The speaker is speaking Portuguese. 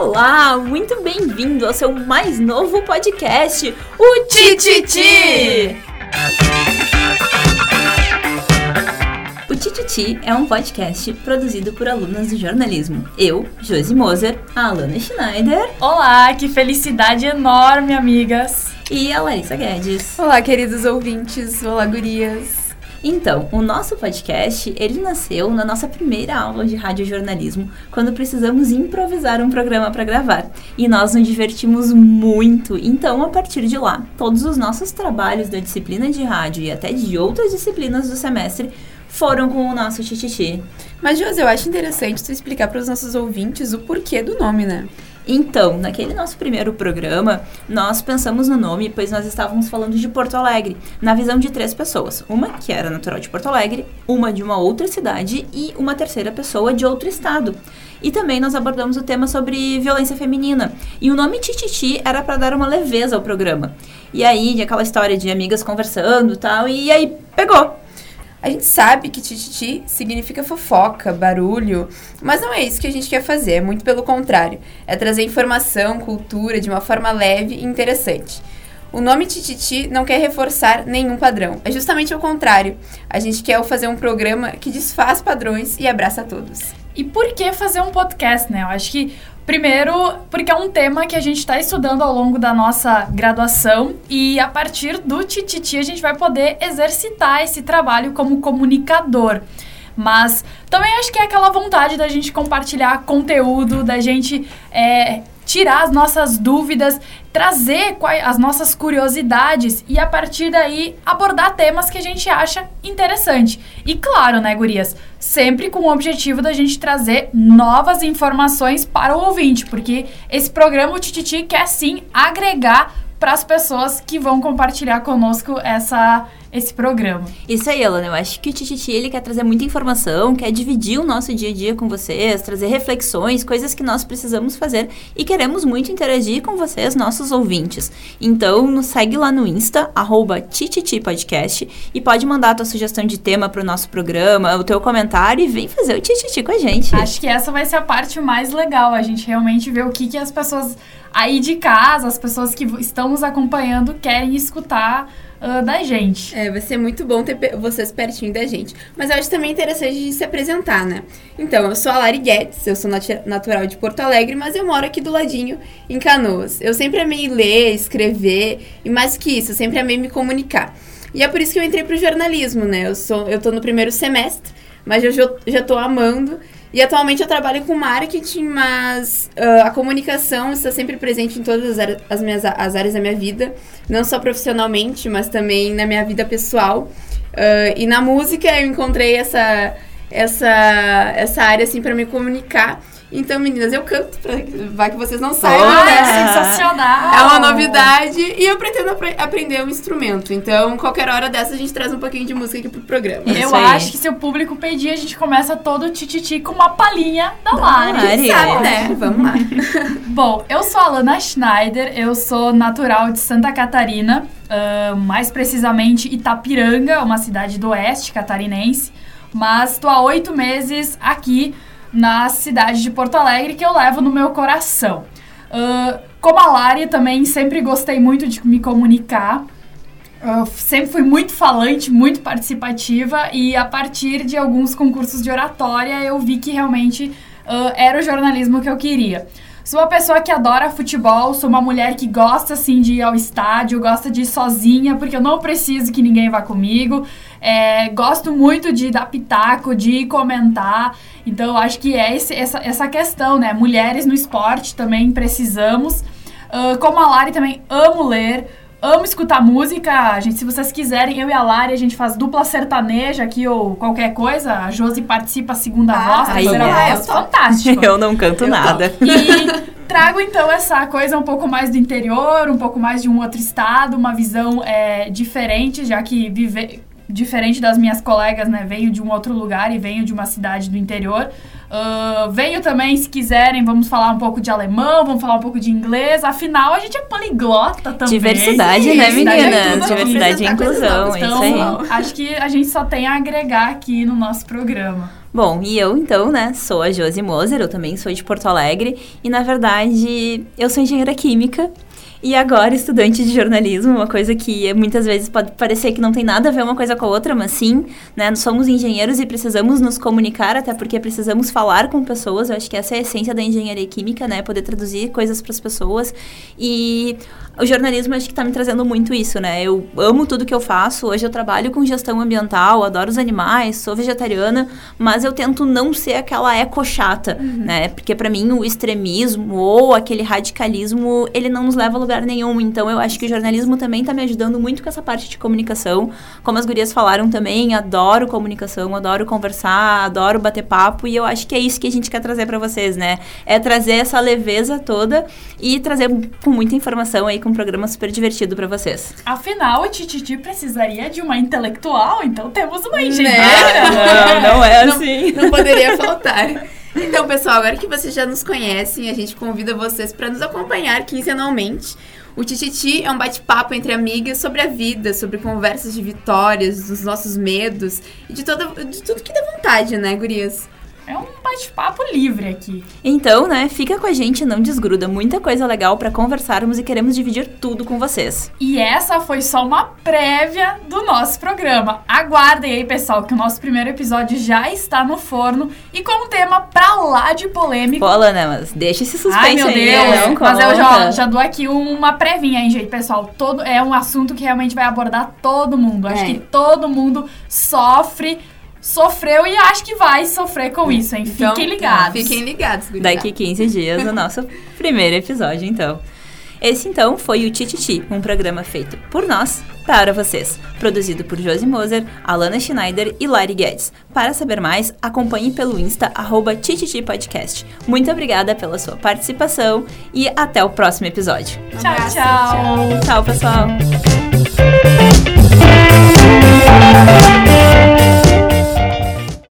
Olá, muito bem-vindo ao seu mais novo podcast, o Tititi! O Tititi é um podcast produzido por alunas de jornalismo. Eu, Josi Moser, a Alana Schneider. Olá, que felicidade enorme, amigas! E a Larissa Guedes. Olá, queridos ouvintes. Olá, gurias. Então, o nosso podcast, ele nasceu na nossa primeira aula de radiojornalismo, quando precisamos improvisar um programa para gravar. E nós nos divertimos muito. Então, a partir de lá, todos os nossos trabalhos da disciplina de rádio e até de outras disciplinas do semestre foram com o nosso Tititi. Mas, Josi, eu acho interessante tu explicar para os nossos ouvintes o porquê do nome, né? Então, naquele nosso primeiro programa, nós pensamos no nome, pois nós estávamos falando de Porto Alegre, na visão de 3 pessoas. Uma que era natural de Porto Alegre, uma de uma outra cidade e uma terceira pessoa de outro estado. E também nós abordamos o tema sobre violência feminina. E o nome Tititi era para dar uma leveza ao programa. E aí, aquela história de amigas conversando e tal, e aí pegou. A gente sabe que tititi significa fofoca, barulho, mas não é isso que a gente quer fazer, é muito pelo contrário. É trazer informação, cultura de uma forma leve e interessante. O nome Tititi não quer reforçar nenhum padrão, é justamente o contrário. A gente quer fazer um programa que desfaz padrões e abraça todos. E por que fazer um podcast, né? Eu acho que, primeiro, porque é um tema que a gente está estudando ao longo da nossa graduação e a partir do Tititi a gente vai poder exercitar esse trabalho como comunicador. Mas também acho que é aquela vontade da gente compartilhar conteúdo, da gente tirar as nossas dúvidas, trazer as nossas curiosidades e a partir daí abordar temas que a gente acha interessante. E claro, né, gurias, sempre com o objetivo da gente trazer novas informações para o ouvinte, porque esse programa, o Tititi, quer sim agregar para as pessoas que vão compartilhar conosco esse programa. Isso aí, Alana, eu acho que o Tititi, ele quer trazer muita informação, quer dividir o nosso dia a dia com vocês, trazer reflexões, coisas que nós precisamos fazer e queremos muito interagir com vocês, nossos ouvintes. Então, nos segue lá no Insta, @tititipodcast, e pode mandar a tua sugestão de tema para o nosso programa, o teu comentário e vem fazer o Tititi com a gente. Acho que essa vai ser a parte mais legal, a gente realmente ver o que as pessoas aí de casa, as pessoas que estão nos acompanhando querem escutar da gente. Vai ser muito bom ter vocês pertinho da gente. Mas eu acho também interessante a gente se apresentar, né? Então, eu sou a Lari Guedes, eu sou natural de Porto Alegre, mas eu moro aqui do ladinho, em Canoas. Eu sempre amei ler, escrever, e mais que isso, eu sempre amei me comunicar. E é por isso que eu entrei pro jornalismo, né? Eu tô no primeiro semestre, mas eu já tô amando. E atualmente eu trabalho com marketing, mas a comunicação está sempre presente em todas as áreas da minha vida. Não só profissionalmente, mas também na minha vida pessoal. E na música eu encontrei essa área assim, para me comunicar. Então, meninas, eu canto, vai que vocês não saibam, né? Sensacional! É uma novidade e eu pretendo aprender um instrumento. Então, qualquer hora dessa, a gente traz um pouquinho de música aqui pro programa. Eu acho que se o público pedir, a gente começa todo o Tititi com uma palhinha da Lari. Sabe, né? Vamos lá. Bom, eu sou a Alana Schneider, eu sou natural de Santa Catarina, mais precisamente Itapiranga, uma cidade do oeste catarinense, mas estou há 8 meses aqui na cidade de Porto Alegre, que eu levo no meu coração. Como a Lari, também sempre gostei muito de me comunicar. Sempre fui muito falante, muito participativa, e a partir de alguns concursos de oratória eu vi que realmente era o jornalismo que eu queria. Sou uma pessoa que adora futebol, sou uma mulher que gosta, assim, de ir ao estádio, gosta de ir sozinha, porque eu não preciso que ninguém vá comigo. Gosto muito de dar pitaco, de comentar. Então, eu acho que é essa questão, né? Mulheres no esporte também precisamos. Como a Lari, também amo ler, amo escutar música. Gente, se vocês quiserem, eu e a Lari, a gente faz dupla sertaneja aqui ou qualquer coisa. A Josi participa a segunda voz, a terceira voz. Fantástico. Eu não canto nada. E trago, então, essa coisa um pouco mais do interior, um pouco mais de um outro estado, uma visão diferente, já que diferente das minhas colegas, né? Venho de um outro lugar e venho de uma cidade do interior. Venho também, se quiserem, vamos falar um pouco de alemão, vamos falar um pouco de inglês. Afinal, a gente é poliglota também. Diversidade, né, meninas? Diversidade e inclusão, então, é isso aí. Acho que a gente só tem a agregar aqui no nosso programa. Bom, e eu, então, né, sou a Josi Moser, eu também sou de Porto Alegre, e, na verdade, eu sou engenheira química, e agora estudante de jornalismo, uma coisa que muitas vezes pode parecer que não tem nada a ver uma coisa com a outra, mas sim, né, nós somos engenheiros e precisamos nos comunicar, até porque precisamos falar com pessoas, eu acho que essa é a essência da engenharia química, né, poder traduzir coisas para as pessoas, e o jornalismo acho que está me trazendo muito isso, né, eu amo tudo que eu faço, hoje eu trabalho com gestão ambiental, adoro os animais, sou vegetariana, mas eu tento não ser aquela eco-chata, né, porque para mim o extremismo ou aquele radicalismo, ele não nos leva a lugar nenhum, então eu acho que o jornalismo também está me ajudando muito com essa parte de comunicação, como as gurias falaram também, adoro comunicação, adoro conversar, adoro bater papo, e eu acho que é isso que a gente quer trazer para vocês, né, é trazer essa leveza toda e trazer com muita informação aí, com um programa super divertido para vocês. Afinal, o Tititi precisaria de uma intelectual, então temos uma engenheira. Não é assim. Não poderia faltar. Então, pessoal, agora que vocês já nos conhecem, a gente convida vocês para nos acompanhar quinzenalmente. O Tititi é um bate-papo entre amigas sobre a vida, sobre conversas de vitórias, dos nossos medos e de tudo que dá vontade, né, gurias? É um bate-papo livre aqui. Então, né, fica com a gente, não desgruda. Muita coisa legal pra conversarmos e queremos dividir tudo com vocês. E essa foi só uma prévia do nosso programa. Aguardem aí, pessoal, que o nosso primeiro episódio já está no forno e com um tema pra lá de polêmico. Pô, Lana, mas deixa esse suspense aí. Ai, meu Deus. Mas eu já dou aqui uma prévinha aí, gente, pessoal. É um assunto que realmente vai abordar todo mundo. Acho que todo mundo sofreu e acho que vai sofrer com isso, hein? Então, fiquem ligados. Fiquem ligados, gurizada. Daqui 15 dias, o nosso primeiro episódio, então. Esse, então, foi o Tititi, um programa feito por nós, para vocês. Produzido por Josi Moser, Alana Schneider e Lari Guedes. Para saber mais, acompanhe pelo Insta, @TititiPodcast. Muito obrigada pela sua participação e até o próximo episódio. Tchau, tchau. Tchau, pessoal.